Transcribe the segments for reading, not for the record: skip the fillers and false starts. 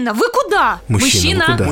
Мужчина, вы куда? Мужчина, вы куда?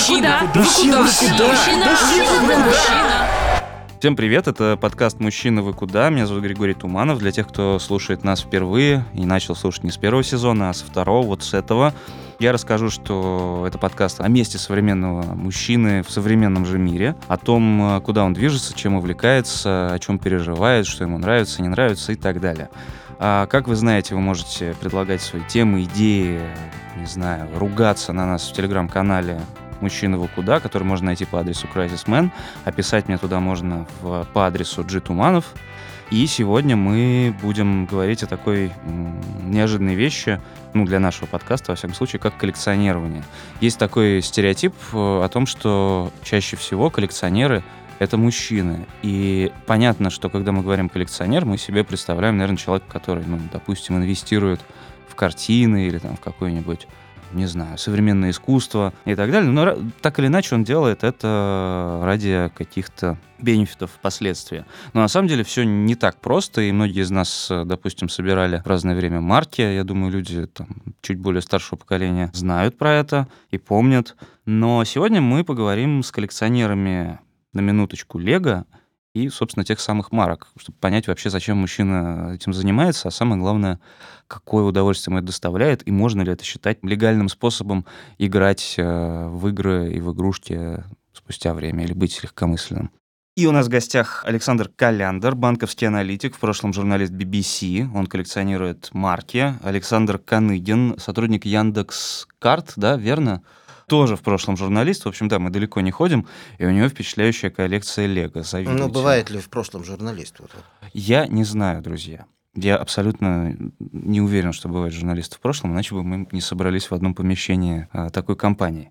Мужчина. Всем привет, это подкаст «Мужчина, вы куда?». Меня зовут Григорий Туманов. Для тех, кто слушает нас впервые и начал слушать не с первого сезона, а со второго, вот с этого, я расскажу, что это подкаст о месте современного мужчины в современном же мире, о том, куда он движется, чем увлекается, о чем переживает, что ему нравится, не нравится и так далее. А как вы знаете, вы можете предлагать свои темы, идеи, не знаю, ругаться на нас в телеграм-канале «Мужчина, вы куда?», который можно найти по адресу CrisisMan, а писать мне туда можно по адресу G.Tumanov. И сегодня мы будем говорить о такой неожиданной вещи, для нашего подкаста, во всяком случае, как коллекционирование. Есть такой стереотип о том, что чаще всего коллекционеры — это мужчины. И понятно, что когда мы говорим «коллекционер», мы себе представляем, наверное, человека, который, допустим, инвестирует в картины или в какое-нибудь, не знаю, современное искусство и так далее. Но так или иначе он делает это ради каких-то бенефитов впоследствии. Но на самом деле все не так просто, и многие из нас, допустим, собирали в разное время марки. Я думаю, люди чуть более старшего поколения знают про это и помнят. Но сегодня мы поговорим с коллекционерами, на минуточку, Лего и, собственно, тех самых марок, чтобы понять вообще, зачем мужчина этим занимается, а самое главное, какое удовольствие ему это доставляет, и можно ли это считать легальным способом играть в игры и в игрушки спустя время, или быть легкомысленным. И у нас в гостях Александр Коляндер, банковский аналитик, в прошлом журналист BBC, он коллекционирует марки. Александр Каныгин, сотрудник Яндекс.Карт, да, верно? Тоже в прошлом журналист. В общем, да, мы далеко не ходим, и у него впечатляющая коллекция Лего. Завидуйте. Бывает ли в прошлом журналист? Я не знаю, друзья. Я абсолютно не уверен, что бывает журналист в прошлом, иначе бы мы не собрались в одном помещении такой компании.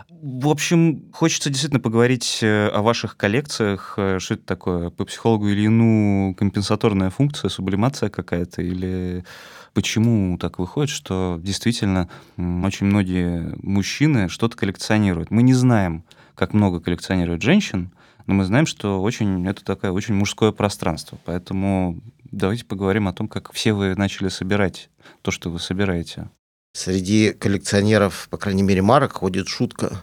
В общем, хочется действительно поговорить о ваших коллекциях. Что это такое? По психологу Ильину компенсаторная функция, сублимация какая-то? Или почему так выходит, что действительно очень многие мужчины что-то коллекционируют? Мы не знаем, как много коллекционируют женщин, но мы знаем, что это такое очень мужское пространство. Поэтому давайте поговорим о том, как все вы начали собирать то, что вы собираете. Среди коллекционеров, по крайней мере, марок, ходит шутка,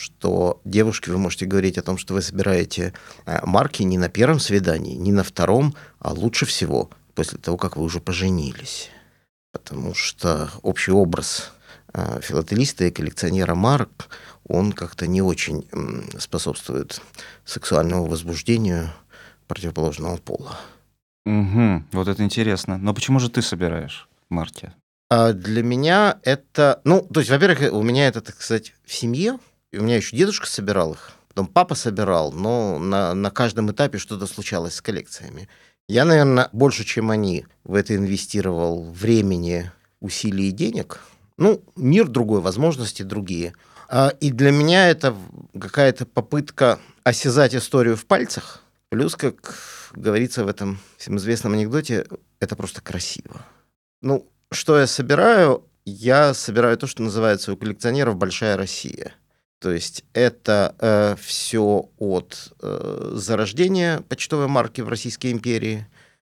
что девушки, вы можете говорить о том, что вы собираете марки не на первом свидании, не на втором, а лучше всего после того, как вы уже поженились. Потому что общий образ филателиста и коллекционера марок, он как-то не очень способствует сексуальному возбуждению противоположного пола. Угу, вот это интересно. Но почему же ты собираешь марки? Для меня это... то есть, во-первых, у меня это, так сказать, в семье. И у меня еще дедушка собирал их, потом папа собирал, но на каждом этапе что-то случалось с коллекциями. Я, наверное, больше, чем они, в это инвестировал времени, усилий и денег. Мир другой, возможности другие. И для меня это какая-то попытка осязать историю в пальцах. Плюс, как говорится в этом всем известном анекдоте, это просто красиво. Что я собираю? Я собираю то, что называется у коллекционеров «Большая Россия». То есть это все от зарождения почтовой марки в Российской империи,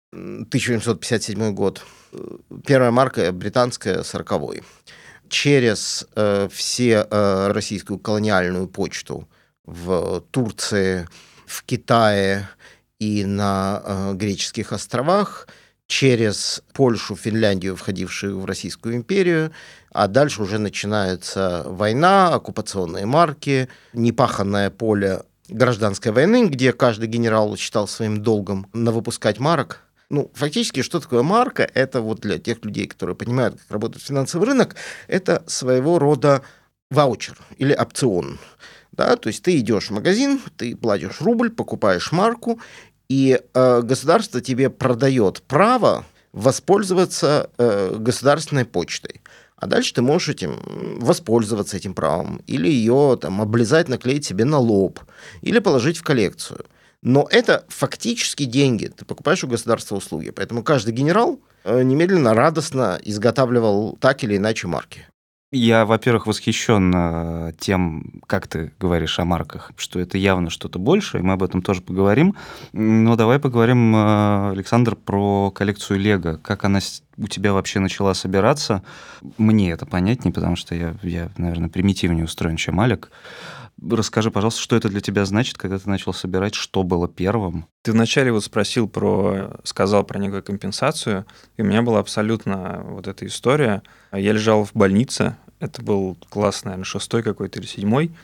1857 год. Первая марка британская, 40-й. Через все российскую колониальную почту в Турции, в Китае и на греческих островах, через Польшу, Финляндию, входившую в Российскую империю, а дальше уже начинается война, оккупационные марки, непаханное поле гражданской войны, где каждый генерал считал своим долгом навыпускать марок. Фактически, что такое марка? Это для тех людей, которые понимают, как работает финансовый рынок, это своего рода ваучер или опцион. Да? То есть ты идешь в магазин, ты платишь рубль, покупаешь марку, и государство тебе продает право воспользоваться государственной почтой. А дальше ты можешь воспользоваться этим правом, или ее облизать, наклеить себе на лоб, или положить в коллекцию. Но это фактически деньги. Ты покупаешь у государства услуги. Поэтому каждый генерал немедленно, радостно изготавливал так или иначе марки. Я, во-первых, восхищен тем, как ты говоришь о марках, что это явно что-то большее, и мы об этом тоже поговорим. Но давай поговорим, Александр, про коллекцию Лего. Как она у тебя вообще начала собираться. Мне это понятнее, потому что я, наверное, примитивнее устроен, чем Алик. Расскажи, пожалуйста, что это для тебя значит, когда ты начал собирать, что было первым? Ты вначале вот сказал про некую компенсацию, и у меня была абсолютно вот эта история. Я лежал в больнице, это был класс, наверное, 6-й какой-то или 7-й,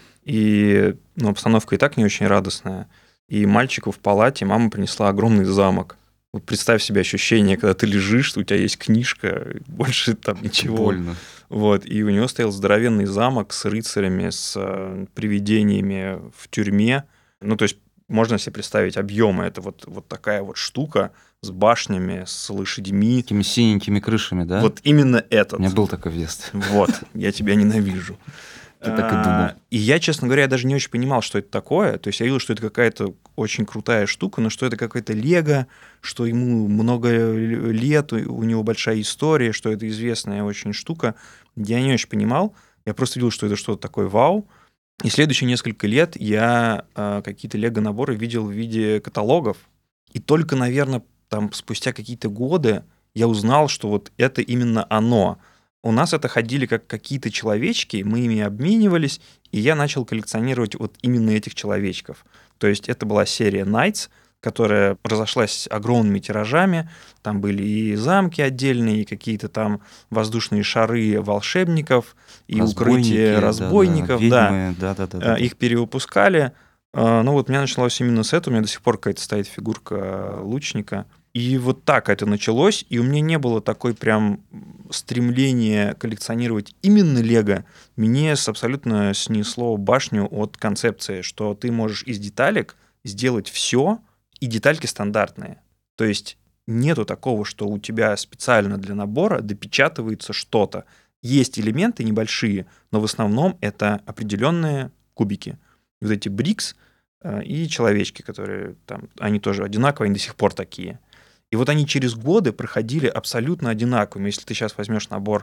и обстановка и так не очень радостная. И мальчику в палате мама принесла огромный замок. Вот представь себе ощущение, когда ты лежишь, что у тебя есть книжка, больше там ничего. Больно. Вот, и у него стоял здоровенный замок с рыцарями, с привидениями в тюрьме. То есть можно себе представить объемы. Это вот такая вот штука с башнями, с лошадьми. Такими синенькими крышами, да? Вот именно этот. У меня был такой в детстве. Вот, я тебя ненавижу. Я так и думал. И я, честно говоря, даже не очень понимал, что это такое. То есть я видел, что это какая-то очень крутая штука, но что это какое-то лего, что ему много лет, у него большая история, что это известная очень штука. Я не очень понимал. Я просто видел, что это что-то такое вау. И следующие несколько лет я какие-то лего-наборы видел в виде каталогов. И только, наверное, там спустя какие-то годы я узнал, что вот это именно оно. У нас это ходили как какие-то человечки, мы ими обменивались, и я начал коллекционировать вот именно этих человечков. То есть это была серия Knights, которая разошлась огромными тиражами. Там были и замки отдельные, и какие-то там воздушные шары волшебников, и укрытия разбойников. Ведьмы, Их перевыпускали. Вот у меня началось именно с этого. У меня до сих пор какая-то стоит фигурка лучника. И вот так это началось, и у меня не было такой прям стремления коллекционировать именно Лего. Мне абсолютно снесло башню от концепции, что ты можешь из деталек сделать все, и детальки стандартные. То есть нету такого, что у тебя специально для набора допечатывается что-то. Есть элементы небольшие, но в основном это определенные кубики. Вот эти брикс и человечки, которые там, они тоже одинаковые, они до сих пор такие. И вот они через годы проходили абсолютно одинаковыми. Если ты сейчас возьмешь набор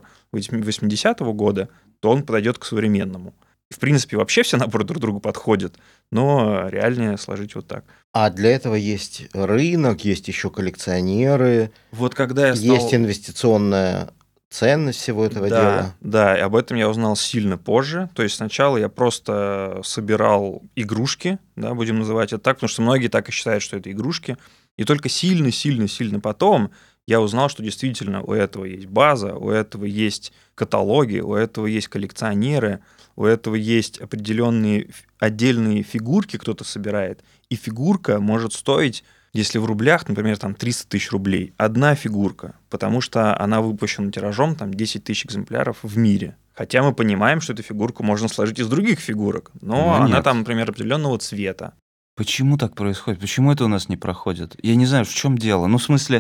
80-го года, то он подойдет к современному. В принципе, вообще все наборы друг другу подходят, но реальнее сложить вот так. А для этого есть рынок, есть еще коллекционеры, Вот когда есть инвестиционная ценность всего этого дела. Да, и об этом я узнал сильно позже. То есть сначала я просто собирал игрушки, да, будем называть это так, потому что многие так и считают, что это игрушки. И только сильно потом я узнал, что действительно у этого есть база, у этого есть каталоги, у этого есть коллекционеры, у этого есть определенные отдельные фигурки, кто-то собирает. И фигурка может стоить, если в рублях, например, там 300 тысяч рублей, одна фигурка, потому что она выпущена тиражом там 10 тысяч экземпляров в мире. Хотя мы понимаем, что эту фигурку можно сложить из других фигурок, но она там, например, определенного цвета. Почему так происходит? Почему это у нас не проходит? Я не знаю, в чем дело. В смысле,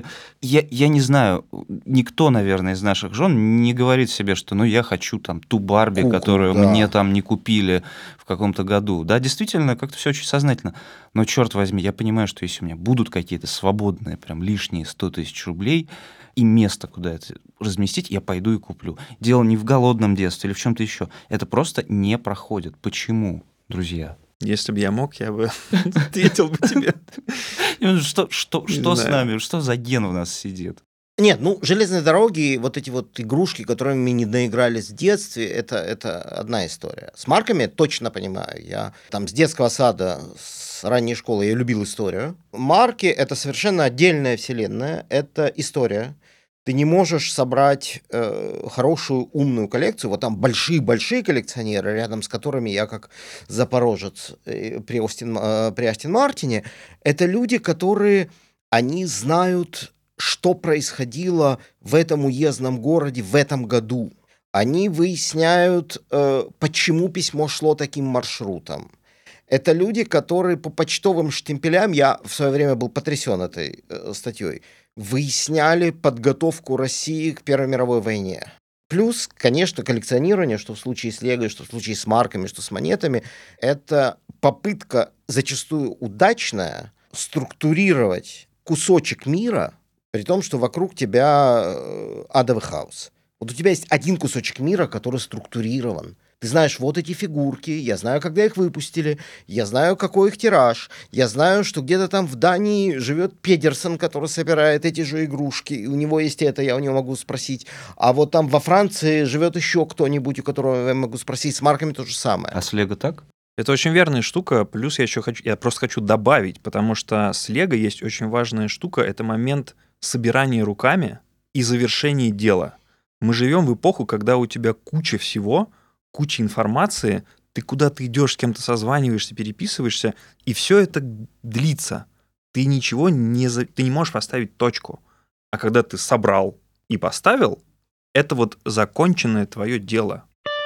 я не знаю, никто, наверное, из наших жен не говорит себе, что я хочу там ту Барби, куклу, которую да. мне там не купили в каком-то году. Да, действительно, как-то все очень сознательно. Но, черт возьми, я понимаю, что если у меня будут какие-то свободные, прям лишние 100 тысяч рублей и место, куда это разместить, я пойду и куплю. Дело не в голодном детстве или в чем-то еще. Это просто не проходит. Почему, друзья? Если бы я мог, я бы ответил бы тебе. Что с нами? Что за ген в нас сидит? Нет, железные дороги, вот эти вот игрушки, которыми мы не наигрались в детстве, это одна история. С марками точно понимаю. Я там с детского сада, с ранней школы я любил историю. Марки — это совершенно отдельная вселенная, это история. Ты не можешь собрать хорошую, умную коллекцию. Вот там большие-большие коллекционеры, рядом с которыми я как запорожец при Астон Мартине. Это люди, которые, они знают, что происходило в этом уездном городе в этом году. Они выясняют, почему письмо шло таким маршрутом. Это люди, которые по почтовым штемпелям, я в свое время был потрясен этой статьей, выясняли подготовку России к Первой мировой войне. Плюс, конечно, коллекционирование, что в случае с Лего, что в случае с марками, что с монетами, это попытка, зачастую удачная, структурировать кусочек мира, при том, что вокруг тебя адовый хаос. Вот у тебя есть один кусочек мира, который структурирован. Ты знаешь, вот эти фигурки, я знаю, когда их выпустили, я знаю, какой их тираж, я знаю, что где-то там в Дании живет Педерсон, который собирает эти же игрушки, и у него есть это, я у него могу спросить. А вот там во Франции живет еще кто-нибудь, у которого я могу спросить. С марками то же самое. А с Лего так? Это очень верная штука, плюс я просто хочу добавить, потому что с Лего есть очень важная штука, это момент собирания руками и завершения дела. Мы живем в эпоху, когда у тебя куча всего, куча информации, ты куда-то идешь, с кем-то созваниваешься, переписываешься, и все это длится. Ты ничего ты не можешь поставить точку. А когда ты собрал и поставил, это вот законченное твое дело.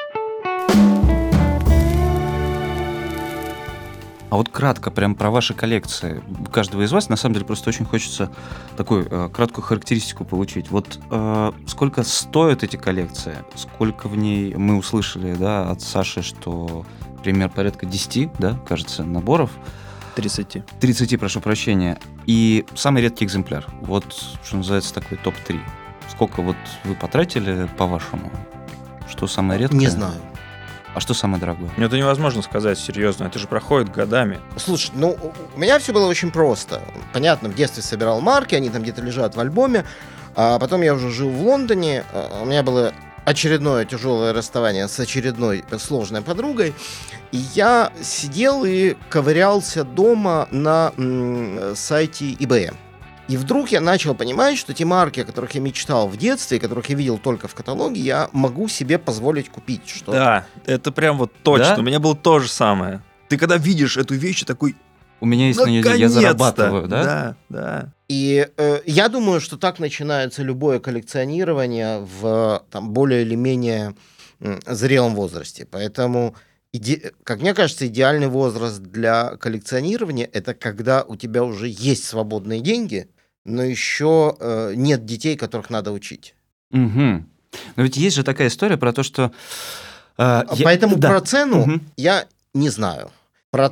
А вот кратко, прям про ваши коллекции. У каждого из вас, на самом деле, просто очень хочется такую краткую характеристику получить. Вот сколько стоят эти коллекции? Сколько в ней, мы услышали, да, от Саши, что пример порядка 10, да, кажется, наборов. 30, прошу прощения. И самый редкий экземпляр. Вот, что называется, такой топ-3. Сколько вот вы потратили, по-вашему? Что самое редкое? Не знаю. А что самое дорогое? Это невозможно сказать серьезно, это же проходит годами. Слушай, ну, у меня все было очень просто. Понятно, в детстве собирал марки, они там где-то лежат в альбоме. А потом я уже жил в Лондоне, у меня было очередное тяжелое расставание с очередной сложной подругой. И я сидел и ковырялся дома на сайте eBay. И вдруг я начал понимать, что те марки, о которых я мечтал в детстве, которых я видел только в каталоге, я могу себе позволить купить. Что... Да, это прям вот точно. Да? У меня было то же самое. Ты когда видишь эту вещь, такой... У меня есть на нее деньги, я зарабатываю, да? Да, да. И я думаю, что так начинается любое коллекционирование в там, более или менее зрелом возрасте. Поэтому, как мне кажется, идеальный возраст для коллекционирования — это когда у тебя уже есть свободные деньги, но еще нет детей, которых надо учить. Угу. Но ведь есть же такая история про то, что... Поэтому про цену я не знаю. Про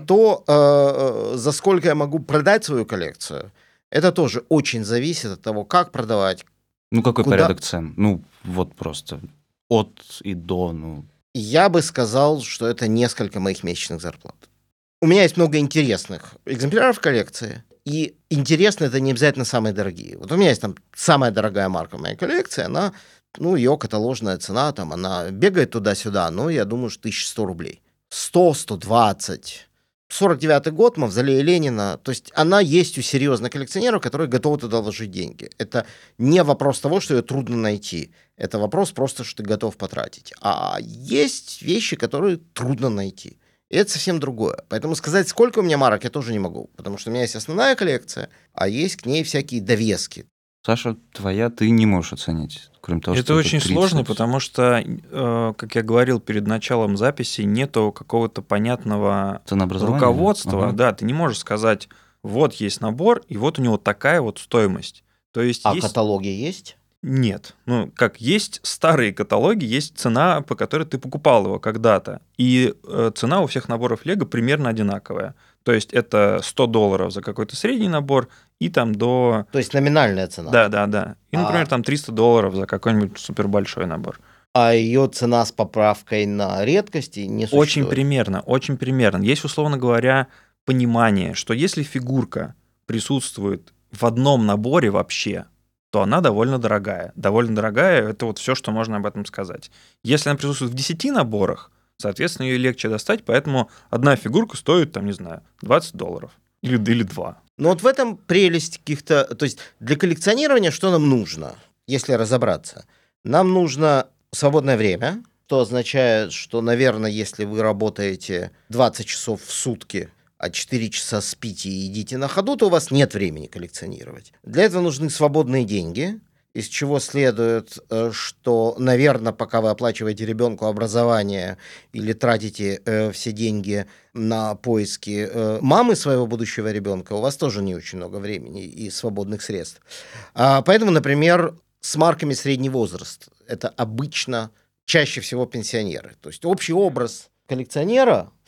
то, за сколько я могу продать свою коллекцию, это тоже очень зависит от того, как продавать. Ну, какой куда... порядок цен? Ну, вот просто от и до, ну... Я бы сказал, что это несколько моих месячных зарплат. У меня есть много интересных экземпляров в коллекции, и интересно это не обязательно самые дорогие. Вот у меня есть там самая дорогая марка в моей коллекции, она, ну, ее каталожная цена, там, она бегает туда-сюда, но я думаю, что 1100 рублей. 100, 120. 49-й год, Мавзолей Ленина. То есть она есть у серьезных коллекционеров, которые готовы туда вложить деньги. Это не вопрос того, что ее трудно найти. Это вопрос просто, что ты готов потратить. А есть вещи, которые трудно найти. И это совсем другое. Поэтому сказать, сколько у меня марок, я тоже не могу. Потому что у меня есть основная коллекция, а есть к ней всякие довески. Саша, твоя ты не можешь оценить, кроме того, это что очень 30. сложно, потому что, как я говорил перед началом записи, нету какого-то понятного руководства. Ага. Да, ты не можешь сказать, вот есть набор, и вот у него такая вот стоимость. То есть есть... каталоги есть? Нет. Ну, как есть старые каталоги, есть цена, по которой ты покупал его когда-то. И цена у всех наборов Лего примерно одинаковая. То есть это $100 за какой-то средний набор и там до... То есть номинальная цена? Да. И, например, там $300 за какой-нибудь супербольшой набор. А ее цена с поправкой на редкости не существует? Очень примерно. Есть, условно говоря, понимание, что если фигурка присутствует в одном наборе вообще, то она довольно дорогая. Довольно дорогая — это вот все, что можно об этом сказать. Если она присутствует в 10 наборах, соответственно, ее легче достать, поэтому одна фигурка стоит, там, не знаю, $20 или 2. Но вот в этом прелесть каких-то... То есть для коллекционирования что нам нужно, если разобраться? Нам нужно свободное время, что означает, что, наверное, если вы работаете 20 часов в сутки, а 4 часа спите и едите на ходу, то у вас нет времени коллекционировать. Для этого нужны свободные деньги, из чего следует, что, наверное, пока вы оплачиваете ребенку образование или тратите все деньги на поиски мамы своего будущего ребенка, у вас тоже не очень много времени и свободных средств. Поэтому, например, с марками средний возраст – это обычно чаще всего пенсионеры. То есть общий образ коллекционера в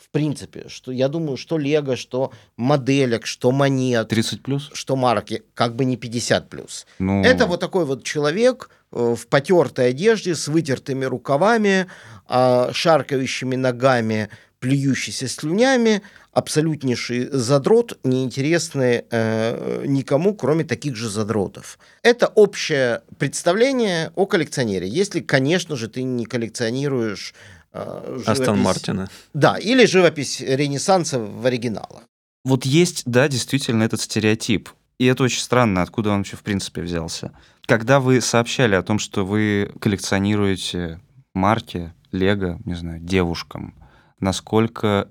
В принципе, что я думаю, что Лего, что моделек, что монет, 30+? что марки, как бы не 50+. Ну, Это вот такой вот человек в потертой одежде, с вытертыми рукавами, шаркающими ногами, плюющийся слюнями, абсолютнейший задрот, неинтересный никому, кроме таких же задротов. Это общее представление о коллекционере. Если, конечно же, ты не коллекционируешь Астон Мартина. Да, или живопись Ренессанса в оригиналах. вот есть, да, действительно этот стереотип. И это очень странно, откуда он вообще в принципе взялся. Когда вы сообщали о том, что вы коллекционируете марки, Лего, не знаю, девушкам, насколько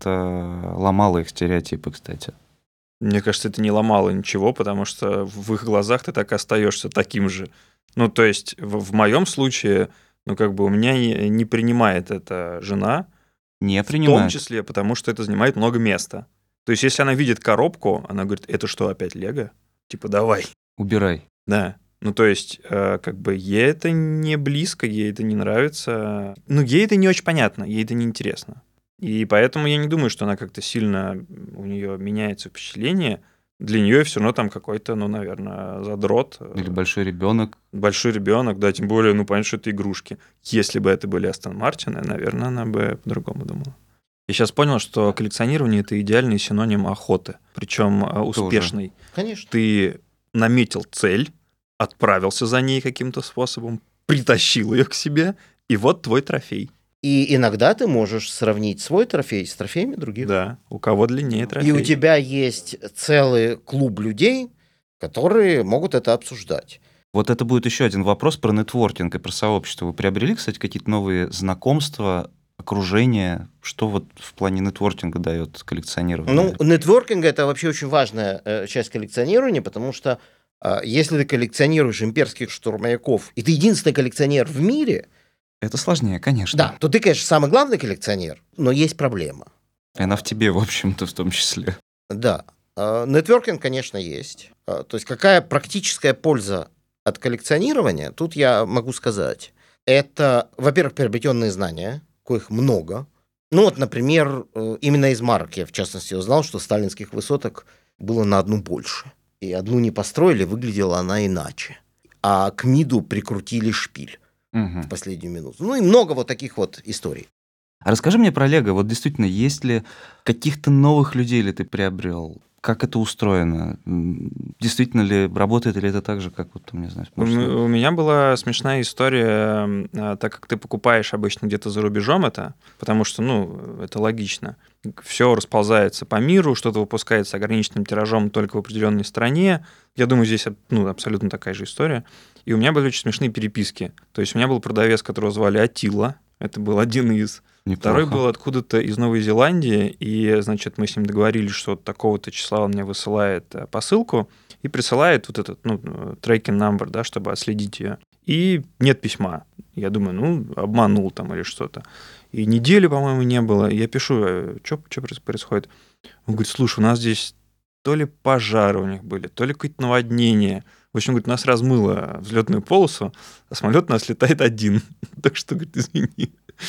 это ломало их стереотипы, кстати? Мне кажется, это не ломало ничего, потому что в их глазах ты так и остаешься таким же. Ну, то есть, в моем случае, ну, как бы у меня не принимает эта жена, Не в том принимают. числе потому, что это занимает много места. То есть, если она видит коробку, она говорит, это что, опять Лего? Типа, давай. Убирай. Да. Ну, то есть, как бы ей это не близко, ей это не нравится. Ну, ей это не очень понятно, ей это не интересно. И поэтому я не думаю, что она как-то сильно, у нее меняется впечатление. Для нее все равно там какой-то, ну, наверное, задрот. Или большой ребенок. Большой ребенок, да, тем более, ну, понятно, что это игрушки. Если бы это были Астон Мартины, наверное, она бы по-другому думала. Я сейчас понял, что коллекционирование — это идеальный синоним охоты, причем успешный. Конечно. Ты наметил цель, отправился за ней каким-то способом, притащил ее к себе, и вот твой трофей. И иногда ты можешь сравнить свой трофей с трофеями других. Да, у кого длиннее трофей. И у тебя есть целый клуб людей, которые могут это обсуждать. Вот это будет еще один вопрос про нетворкинг и про сообщество. Вы приобрели, кстати, какие-то новые знакомства, окружение? Что вот в плане нетворкинга дает коллекционирование? Ну, нетворкинг — это вообще очень важная часть коллекционирования, потому что если ты коллекционируешь имперских штурмовиков, и ты единственный коллекционер в мире, Это сложнее, конечно. да, то ты, конечно, самый главный коллекционер, но есть проблема. И она в тебе, в общем-то, в том числе. Да, нетворкинг, конечно, есть. То есть какая практическая польза от коллекционирования, тут я могу сказать. Это, во-первых, приобретенные знания, коих много. Ну вот, например, именно из марок я, в частности, узнал, что сталинских высоток было на одну больше. И одну не построили, выглядела она иначе. А к МИДу прикрутили шпиль в последнюю минуту. Ну и много вот таких вот историй. А расскажи мне про Лего. Вот действительно, есть ли каких-то новых людей ли ты приобрел? Как это устроено? Действительно ли работает, или это так же, как вот, не знаю, У меня была смешная история, так как ты покупаешь обычно где-то за рубежом это, потому что, ну, это логично. Все расползается по миру, что-то выпускается ограниченным тиражом только в определенной стране. Я думаю, здесь, ну, абсолютно такая же история. И у меня были очень смешные переписки. То есть у меня был продавец, которого звали Атила. Это был один из. Неплохо. Второй был откуда-то из Новой Зеландии, и, значит, мы с ним договорились, что от такого-то числа он мне высылает посылку и присылает вот этот, ну, tracking number, да, чтобы отследить ее. И нет письма. Я думаю, ну, обманул там или что-то. И недели, по-моему, не было. И я пишу, что происходит? Он говорит, слушай, у нас здесь то ли пожары у них были, то ли какое-то наводнение. В общем, говорит, нас размыло взлетную полосу, а самолет у нас летает один. Так что, говорит, извини.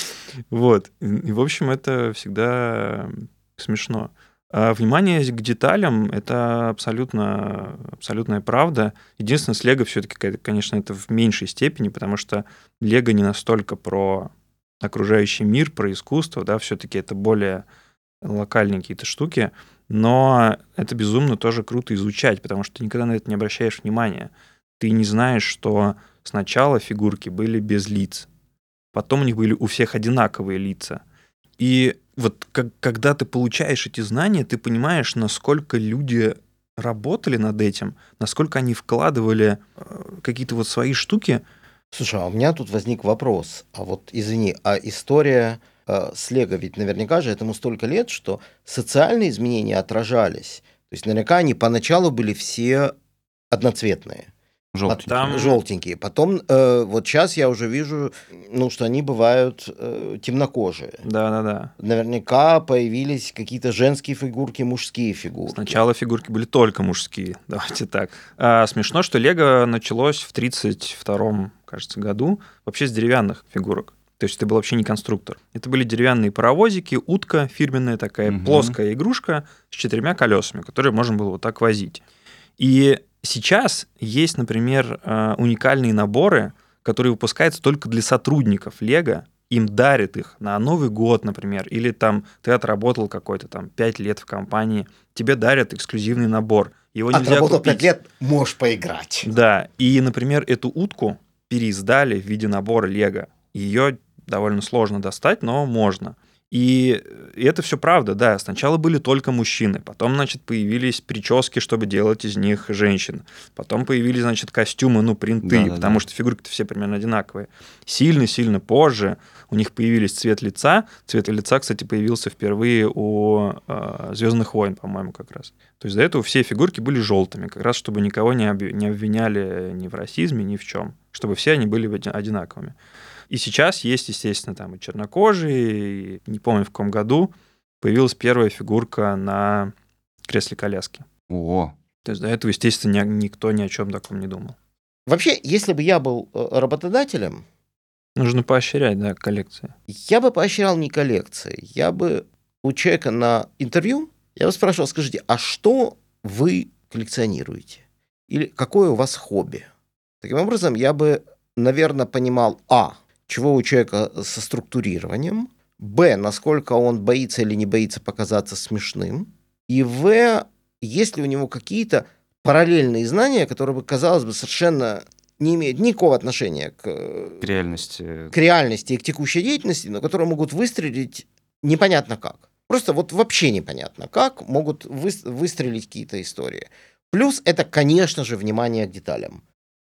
Вот. И, в общем, это всегда смешно. А внимание к деталям — это абсолютная правда. Единственное, с Лего все-таки, конечно, это в меньшей степени, потому что Лего не настолько про окружающий мир, про искусство, да, все-таки это более локальные какие-то штуки, но это безумно тоже круто изучать, потому что ты никогда на это не обращаешь внимания. Ты не знаешь, что сначала фигурки были без лиц, потом у них были у всех одинаковые лица. И вот когда ты получаешь эти знания, ты понимаешь, насколько люди работали над этим, насколько они вкладывали какие-то вот свои штуки. Слушай, а у меня тут возник вопрос. А вот, извини, а история с Лего, ведь наверняка же этому столько лет, что социальные изменения отражались. То есть наверняка они поначалу были все одноцветные. Желтенькие. Желтенькие. Потом вот сейчас я уже вижу, ну, что они бывают темнокожие. Да. Наверняка появились какие-то женские фигурки, мужские фигурки. Сначала фигурки были только мужские, давайте так. Смешно, что Лего началось в 1932, кажется, году вообще с деревянных фигурок. То есть это был вообще не конструктор. Это были деревянные паровозики, утка фирменная такая, плоская игрушка с 4 колесами, которые можно было вот так возить. И сейчас есть, например, уникальные наборы, которые выпускаются только для сотрудников Лего. Им дарят их на Новый год, например, или там ты отработал какой-то там 5 лет в компании, тебе дарят эксклюзивный набор. Его нельзя Отработал купить. 5 лет, можешь поиграть. Да, и, например, эту утку переиздали в виде набора Лего. Ее довольно сложно достать, но можно. И это все правда, да. Сначала были только мужчины, потом, значит, появились прически, чтобы делать из них женщин. Потом появились, значит, костюмы, принты, потому что фигурки-то все примерно одинаковые. Сильно-сильно позже у них появились цвет лица. Цвет лица, кстати, появился впервые у «Звездных войн», по-моему, как раз. То есть до этого все фигурки были желтыми, как раз чтобы никого не обвиняли ни в расизме, ни в чем, чтобы все они были одинаковыми. И сейчас есть, естественно, там и чернокожие, и не помню, в каком году появилась первая фигурка на кресле коляски. О. То есть до этого, естественно, никто ни о чем таком не думал. Вообще, если бы я был работодателем... Нужно поощрять, да, коллекции. Я бы поощрял не коллекции. Я бы у человека на интервью, я бы спрашивал, скажите, а что вы коллекционируете? Или какое у вас хобби? Таким образом, я бы, наверное, понимал, чего у человека со структурированием, б, насколько он боится или не боится показаться смешным, и в, есть ли у него какие-то параллельные знания, которые бы, казалось бы, совершенно не имеют никакого отношения к реальности и к текущей деятельности, но которые могут выстрелить непонятно как. Просто вот вообще непонятно как могут выстрелить какие-то истории. Плюс это, конечно же, внимание к деталям.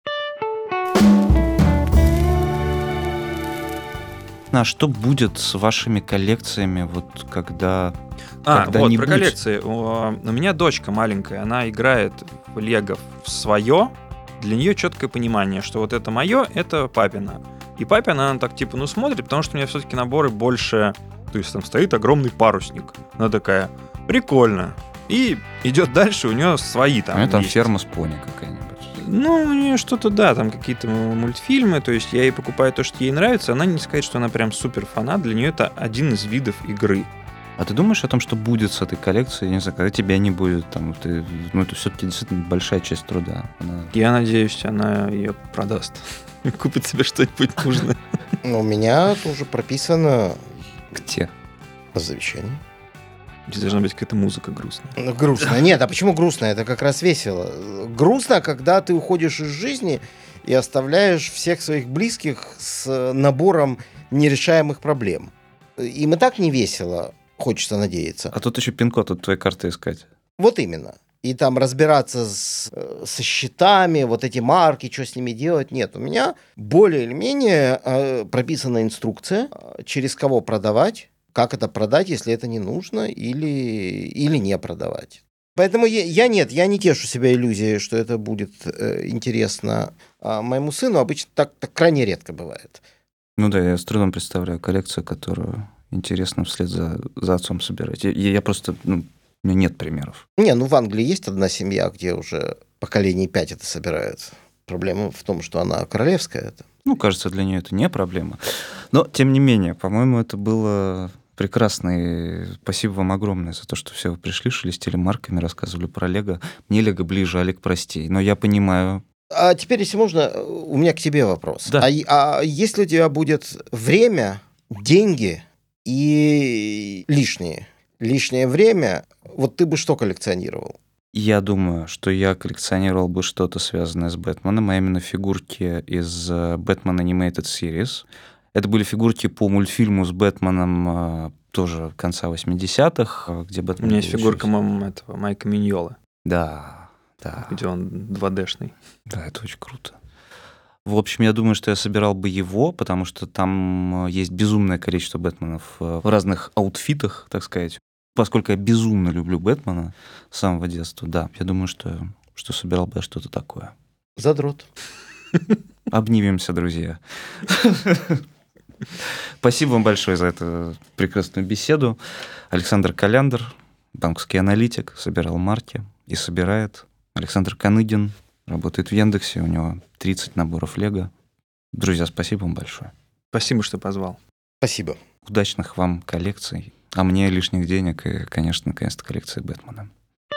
А что будет с вашими коллекциями, вот когда вот про когда-нибудь? коллекции. У меня дочка маленькая, она играет в Лего в свое. Для нее четкое понимание, что вот это мое, это папина. И папина, она так типа, смотрит, потому что у меня все-таки наборы больше... То есть там стоит огромный парусник. Она такая, прикольно. И идет дальше, у нее свои там Там есть. ферма с пони какая-нибудь. У нее что-то, да, там какие-то мультфильмы, то есть я ей покупаю то, что ей нравится, она не сказать, что она прям супер фанат, для нее это один из видов игры. А ты думаешь о том, что будет с этой коллекцией, не знаю, когда тебя не будет, там, это все-таки действительно большая часть труда. Я надеюсь, она ее продаст, купит себе что-нибудь нужное. У меня тоже прописано... Где? По завещанию. Здесь должна быть какая-то музыка грустная. Грустно. Нет, а почему грустно? Это как раз весело. Грустно, когда ты уходишь из жизни и оставляешь всех своих близких с набором нерешаемых проблем. Им и так не весело, хочется надеяться. А тут еще пин-код от твоей карты искать. Вот именно. И там разбираться со счетами, вот эти марки, что с ними делать. Нет, у меня более или менее прописана инструкция, через кого продавать, как это продать, если это не нужно, или не продавать. Поэтому я не тешу себя иллюзией, что это будет интересно моему сыну. Обычно так крайне редко бывает. Ну да, я с трудом представляю коллекцию, которую интересно вслед за отцом собирать. Я просто, у меня нет примеров. В Англии есть одна семья, где уже поколений 5 это собирают. Проблема в том, что она королевская. Кажется, для нее это не проблема. Но, тем не менее, по-моему, это было... Прекрасно, и спасибо вам огромное за то, что все вы пришли, шелестели марками, рассказывали про Лего. Мне Лего ближе, Олег, прости, но я понимаю. А теперь, если можно, у меня к тебе вопрос. Да. А если у тебя будет время, деньги и лишнее время, вот ты бы что коллекционировал? Я думаю, что я коллекционировал бы что-то связанное с Бэтменом, а именно фигурки из Batman Animated Series. Это были фигурки по мультфильму с Бэтменом тоже конца 80-х, где Бэтмен... У меня есть фигурка этого Майка Миньолы. Да. Где он 2D-шный. Да, это очень круто. В общем, я думаю, что я собирал бы его, потому что там есть безумное количество Бэтменов в разных аутфитах, так сказать. Поскольку я безумно люблю Бэтмена с самого детства, да, я думаю, что собирал бы я что-то такое. Задрот. Обнимемся, друзья. Спасибо вам большое за эту прекрасную беседу. Александр Коляндр, банковский аналитик, собирал марки и собирает. Александр Каныгин работает в Яндексе, у него 30 наборов Лего. Друзья, спасибо вам большое. Спасибо, что позвал. Спасибо. Удачных вам коллекций. А мне лишних денег и, конечно, наконец-то коллекция Бэтмена.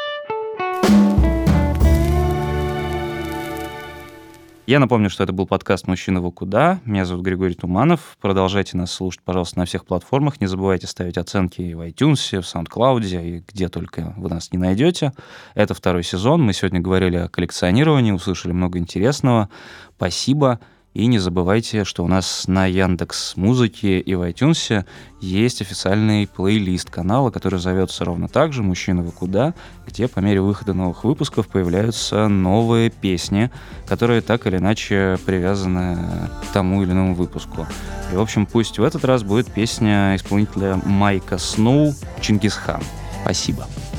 Я напомню, что это был подкаст «Мужчина, вы куда?». Меня зовут Григорий Туманов. Продолжайте нас слушать, пожалуйста, на всех платформах. Не забывайте ставить оценки и в iTunes, в SoundCloud, и где только вы нас не найдете. Это 2-й сезон. Мы сегодня говорили о коллекционировании, услышали много интересного. Спасибо. И не забывайте, что у нас на Яндекс.Музыке и в iTunes есть официальный плейлист канала, который зовется ровно так же «Мужчина, вы куда?», где по мере выхода новых выпусков появляются новые песни, которые так или иначе привязаны к тому или иному выпуску. И, в общем, пусть в этот раз будет песня исполнителя Майка Сноу «Чингисхан». Спасибо.